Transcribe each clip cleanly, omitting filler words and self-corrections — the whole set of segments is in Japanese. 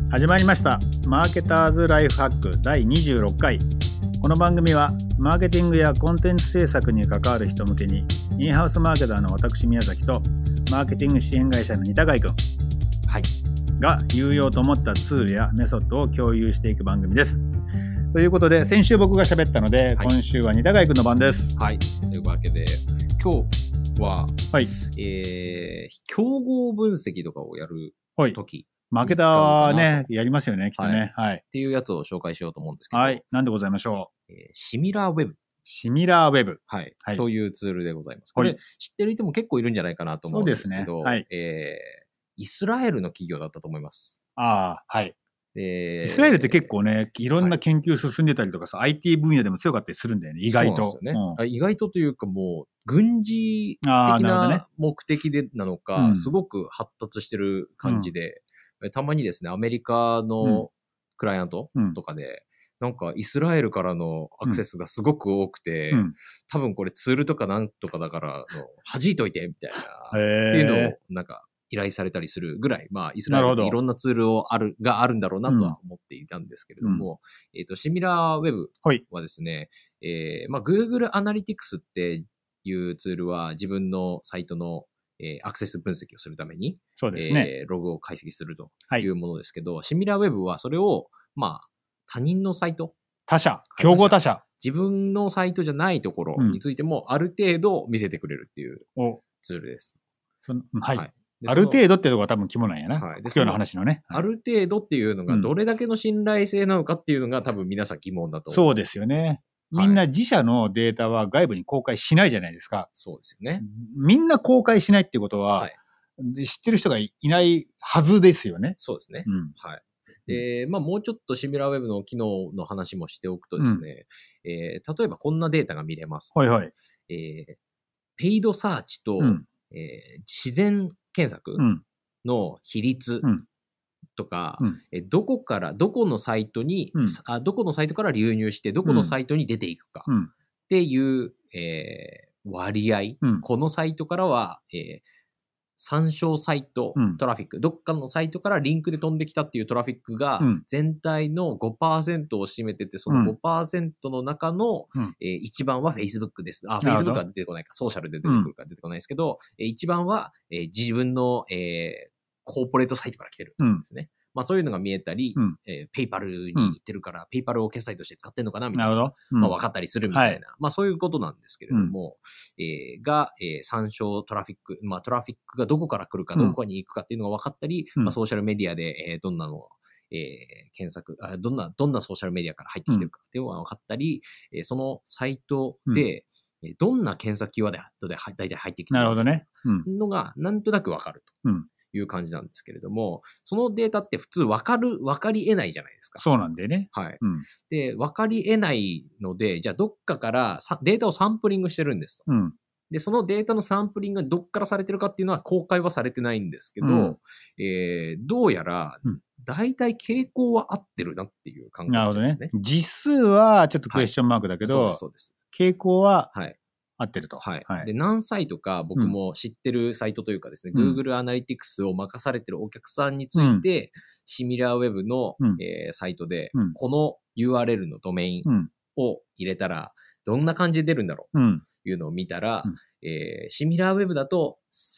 始まりましたマーケターズライフハック第26回。この番組はマーケティングやコンテンツ制作に関わる人向けに、インハウスマーケターの私宮崎とマーケティング支援会社の仁田海君が有用と思ったツールやメソッドを共有していく番組です。ということで、先週僕が喋ったので、今週は仁田海君の番です。 はい、というわけで今日は、競合分析とかをやるとき、 マーケターはね、やりますよね、きっとね。 っていうやつを紹介しようと思うんですけど、 何でございましょう。 シミラーウェブ。 シミラーウェブ。 というツールでございます。これ、知ってる人も結構いるんじゃないかなと思うんですけど、イスラエルの企業だったと思います。イスラエルって結構ね、いろんな研究進んでたりとかさ、IT 分野でも強かったりするんだよね、意外と。 そうなんですよね。意外とというか、もう、軍事的な目的でなのか、すごく発達してる感じで、たまにですね、アメリカのクライアントとかで、なんかイスラエルからのアクセスがすごく多くて、多分これツールとかなんとかだから弾いといてみたいな、っていうのをなんか依頼されたりするぐらい、イスラエルっていろんなツールがあるんだろうなとは思っていたんですけれども、シミラーウェブはですね、Google Analytics っていうツールは自分のサイトのアクセス分析をするために、ログを解析するというものですけど、シミラーウェブはそれを、他人のサイト。 競合他社。 自分のサイトじゃないところについても、ある程度見せてくれるっていうツールです。 ある程度っていうのが多分肝なんやな。今日の話のね。 ある程度っていうのがどれだけの信頼性なのかっていうのが多分皆さん疑問だと思う。 そうですよね。みんな自社のデータは外部に公開しないじゃないですか。 そうですよね。 みんな公開しないってことは、知ってる人がいないはずですよね。 そうですね。もうちょっとシミュラーウェブの機能の話もしておくとですね、例えばこんなデータが見れます。ペイドサーチと、自然検索の比率とか、どこのサイトから流入して、どこのサイトに出ていくかっていう、割合、このサイトからは、参照サイトトラフィック、どっかのサイトからリンクで飛んできたっていうトラフィックが全体の 5% を占めてて、その 5% の中の1番は Facebook です。Facebook は出てこないか、ソーシャルで出てくるか出てこないですけど、1番は自分のコーポレートサイトから来てるんですね。そういうのが見えたり、ペイパルに行ってるから、ペイパルを決済として使ってんのかなみたいな、分かったりするみたいな、そういうことなんですけれども、参照トラフィック、トラフィックがどこから来るか、どこに行くかっていうのが分かったり、ソーシャルメディアで、どんなのを検索、どんなソーシャルメディアから入ってきてるかっていうのが分かったり、そのサイトで、どんな検索キーワードで大体入ってきてるのが、なんとなく分かると。いう感じなんですけれども、そのデータって普通分かり得ないじゃないですか。 そうなんでね。 で、分かり得ないので、じゃあどっかからデータをサンプリングしてるんですと。で、そのデータのサンプリングがどっからされてるかっていうのは公開はされてないんですけど、どうやら、大体傾向は合ってるなっていう感覚ですね。 実数はちょっとクエスチョンマークだけど、傾向は、合ってると。 で、何サイトか僕も知ってるサイトというかですね、Google Analytics を任されてるお客さんについて、シミラーウェブの、サイトで、この URL のドメインを入れたら、どんな感じで出るんだろうというのを見たら、シミラーウェブだと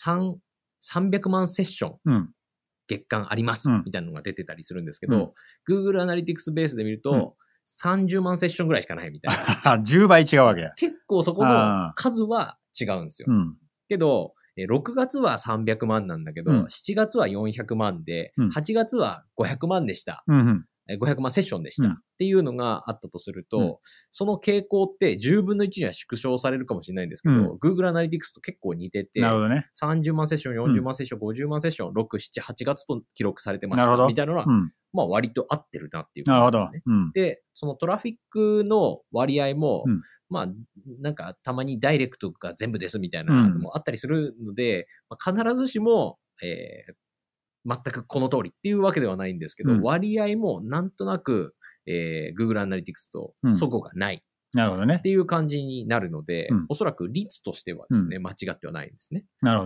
300万セッション、月間あります、みたいなのが出てたりするんですけど、Google Analytics ベースで見ると、30万セッションぐらいしかないみたいな。 10倍違うわけや。 結構そこの数は違うんですよ。けど、6月は300万なんだけど、7月は400万で、8月は500万でした。500万セッションでした。っていうのがあったとすると、その傾向って10分の1には縮小されるかもしれないんですけど、Google Analytics と結構似てて、30万セッション、40万セッション、50万セッション、6、7、8月と記録されてました。みたいなのは、割と合ってるなっていう感じですね。で、そのトラフィックの割合も、なんかたまにダイレクトが全部ですみたいなのもあったりするので、必ずしも、全くこの通りっていうわけではないんですけど、割合もなんとなく、Google Analytics と齟齬がない。っていう感じになるので、おそらく率としてはですね、間違ってはないんですね。 なるほどね。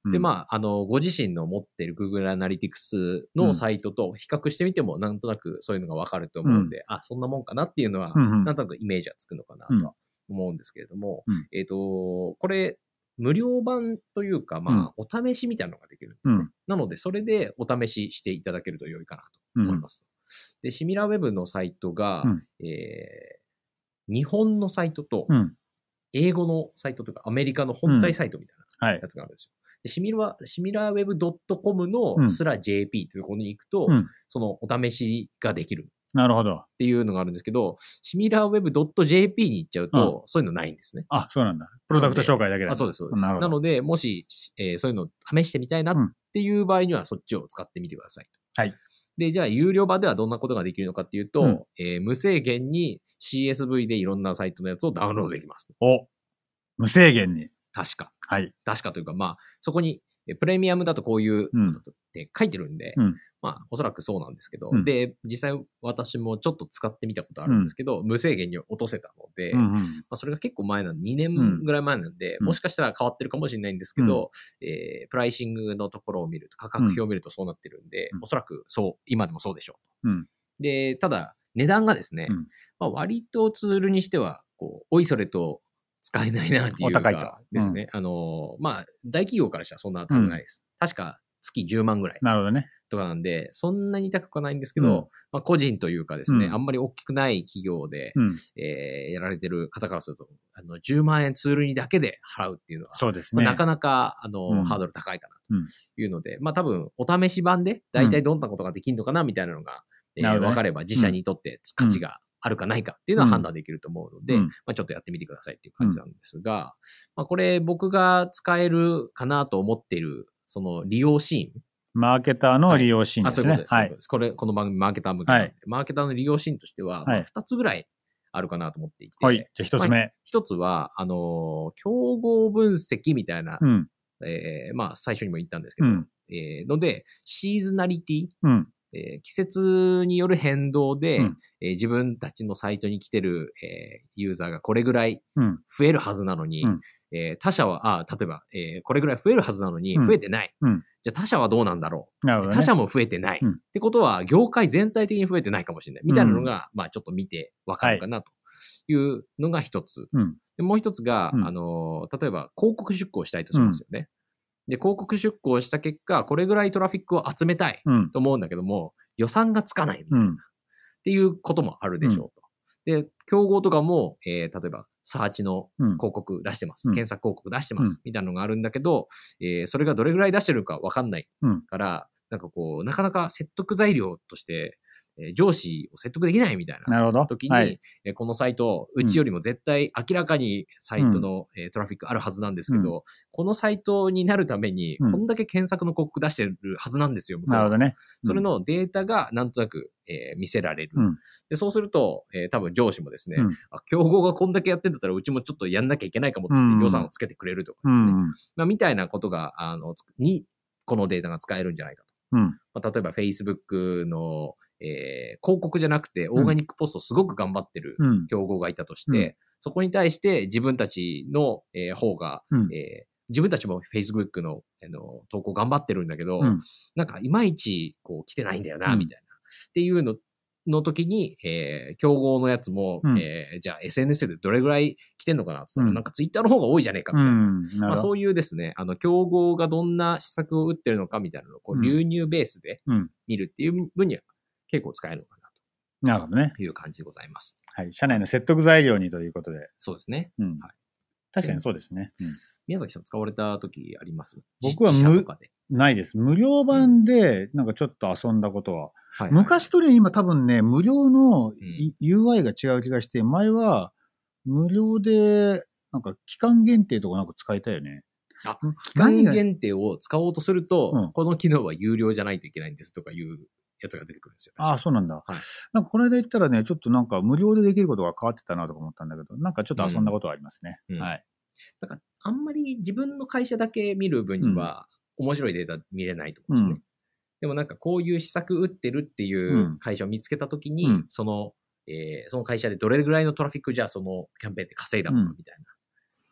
で、ご自身の持っている Google Analytics のサイトと比較してみても、なんとなくそういうのがわかると思うんで、そんなもんかなっていうのは、なんとなくイメージはつくのかなとは思うんですけれども、これ、無料版というか、お試しみたいなのができるんですね。なので、それでお試ししていただけると良いかなと思います。で、シミラーウェブのサイトが、日本のサイトと、英語のサイトとか、アメリカの本体サイトみたいなやつがあるんですよ。でシミラーウェブ .com のすら JP というところに行くと、そのお試しができる。 なるほど。 っていうのがあるんですけど、シミラーウェブ .jp に行っちゃうと、そういうのないんですね。 そうなんだ。プロダクト紹介だけだ。 そうです、そうです。なので、もし、そういうのを試してみたいなっていう場合には、そっちを使ってみてください。 はい。 で、じゃあ、有料版ではどんなことができるのかっていうと、無制限に CSV でいろんなサイトのやつをダウンロードできます。 無制限に。 確か。 はい。 確かというか、そこに、プレミアムだとこういうのって書いてるんで、おそらくそうなんですけど、で、実際私もちょっと使ってみたことあるんですけど、無制限に落とせたので、それが結構前なんで、2年ぐらい前なんで、もしかしたら変わってるかもしれないんですけど、プライシングのところを見ると、価格表を見るとそうなってるんで、おそらく今でもそうでしょうと。で、ただ、値段がですね、割とツールにしては、おいそれと使えないなっていうかですね。大企業からしたらそんな高くないです。確か月10万ぐらい。 なるほどね。 とかなんで、そんなに高くはないんですけど、個人というかですね、あんまり大きくない企業で、やられてる方からすると、10万円ツールにだけで払うっていうのは、 そうですね。 なかなか、ハードル高いかなというので、多分、お試し版で、大体どんなことができるのかなみたいなのが、分かれば自社にとって価値があるかないかっていうのは判断できると思うので、ちょっとやってみてくださいっていう感じなんですが、これ僕が使えるかなと思っている、その利用シーン。 マーケターの利用シーンですね。 そういうことです。そういうことです。この番組マーケター向けなんで、マーケターの利用シーンとしては、2つぐらいあるかなと思っていて。 はい。じゃあ1つ目。 1つは、競合分析みたいな、最初にも言ったんですけど、ので、シーズナリティ、季節による変動で、自分たちのサイトに来てる、ユーザーがこれぐらい増えるはずなのに、他社は、例えば、これぐらい増えるはずなのに増えてない。じゃあ他社はどうなんだろう。他社も増えてない。ってことは、業界全体的に増えてないかもしれない。みたいなのが、ちょっと見てわかるかなというのが一つ。でもう一つが、例えば広告出稿したいとしますよね。で、広告出稿した結果、これぐらいトラフィックを集めたいと思うんだけども、予算がつかないみたいな、っていうこともあるでしょうと。で、競合とかも、例えば、サーチの広告出してます。検索広告出してます。みたいなのがあるんだけど、それがどれぐらい出してるかわかんないから、なかなか説得材料として、上司を説得できないみたいな時に、このサイト、うちよりも絶対明らかにサイトの、トラフィックあるはずなんですけど、このサイトになるために、こんだけ検索の広告出してるはずなんですよ。 なるほどね。 それのデータがなんとなく、見せられる。でそうすると、多分上司もですね、競合がこんだけやってんだったらうちもちょっとやんなきゃいけないかもって予算をつけてくれるとかですね。みたいなことが、このデータが使えるんじゃないかと。例えば Facebook の、広告じゃなくてオーガニックポストすごく頑張ってる競合がいたとして、そこに対して自分たちの、方が、自分たちも Facebook の、投稿頑張ってるんだけど、なんかいまいち来てないんだよな、みたいな。っていうの時に、競合のやつも、じゃあ SNS でどれぐらい来てんのかなって言ったら、なんか Twitter の方が多いじゃねえかみたいな。そういうですね、競合がどんな施策を打ってるのかみたいなのを流入ベースで見るっていう分には結構使えるのかなと。 なるほどね。 いう感じでございます。 はい。社内の説得材料にということで。 そうですね。はい。 確かにそうですね。 宮崎さん使われた時あります？ 僕はないです。無料版でなんかちょっと遊んだことは。昔とね、今多分ね、無料の UI が違う気がして、前は無料でなんか期間限定とかなんか使えたよね。 期間限定を使おうとすると、この機能は有料じゃないといけないんですとかいうやつが出てくるんですよ。 そうなんだ。なんかこの間言ったらね、ちょっとなんか無料でできることが変わってたなとか思ったんだけど、なんかちょっと遊んだことはありますね。はい。 なんかあんまり自分の会社だけ見る分には面白いデータ見れないと思うんですよね。でもなんかこういう施策打ってるっていう会社を見つけたときに、その会社でどれぐらいのトラフィックじゃあそのキャンペーンで稼いだのかみたい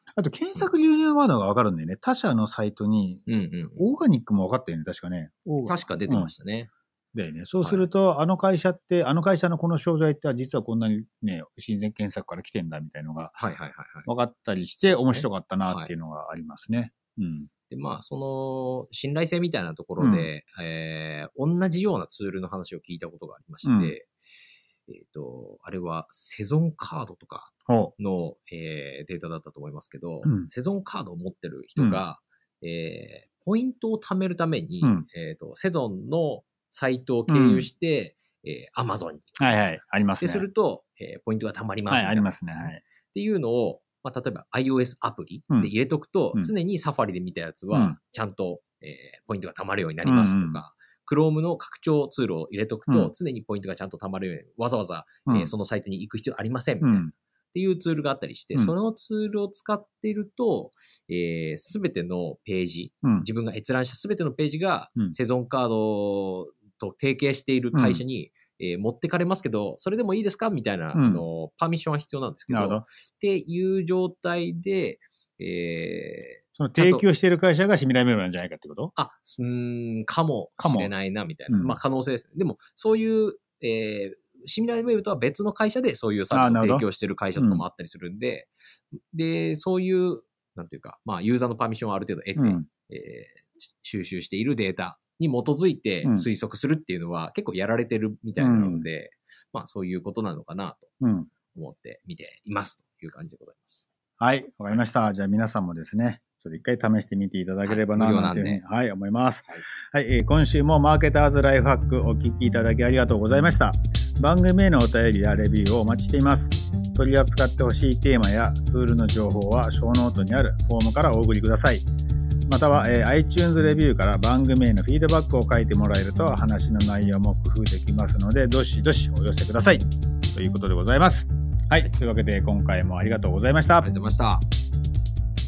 あと検索流入ワードが分かるんでね、他社のサイトに、オーガニックも分かったよね、確かね。 確か出てましたね。 だよね。そうすると、あの会社のこの商材って実はこんなにね、新鮮検索から来てんだみたいのが分かったりして、面白かったなっていうのがありますね。 で、その信頼性みたいなところで、同じようなツールの話を聞いたことがありまして、あれはセゾンカードとかの、データだったと思いますけど、セゾンカードを持ってる人が、ポイントを貯めるために、セゾンのサイトを経由して、Amazon に。 ありますね。 ですると、ポイントが貯まります。 ありますね。 っていうのを、例えば iOS アプリで入れとくと、常にサファリで見たやつは、ちゃんと、ポイントが貯まるようになりますとか、Chrome の拡張ツールを入れとくと、常にポイントがちゃんと貯まるように、わざわざ、そのサイトに行く必要ありませんみたいな。っていうツールがあったりして、そのツールを使っていると、すべてのページ、自分が閲覧したすべてのページが、セゾンカードと提携している会社に、持ってかれますけど、それでもいいですかみたいな、パーミッションは必要なんですけど、っていう状態で、 その提供している会社がシミラーメールなんじゃないかってこと？ かもしれないな、みたいな。可能性ですね。でも、そういう、シミラーメールとは別の会社でそういうサービスを提供している会社とかもあったりするんで、で、そういう、なんていうか、ユーザーのパーミッションをある程度得て、収集しているデータに基づいて推測するっていうのは結構やられてるみたいなので、そういうことなのかなと思って見ていますという感じでございます。 はい、わかりました。じゃあ皆さんもですね、ちょっと一回試してみていただければなというふうに、思います。はい、今週もマーケターズライフハックお聞きいただきありがとうございました。番組へのお便りやレビューをお待ちしています。取り扱ってほしいテーマやツールの情報はショーノートにあるフォームからお送りください。または、iTunes レビューから番組へのフィードバックを書いてもらえると話の内容も工夫できますので、どしどしお寄せください。ということでございます。はい、というわけで今回もありがとうございました。 ありがとうございました。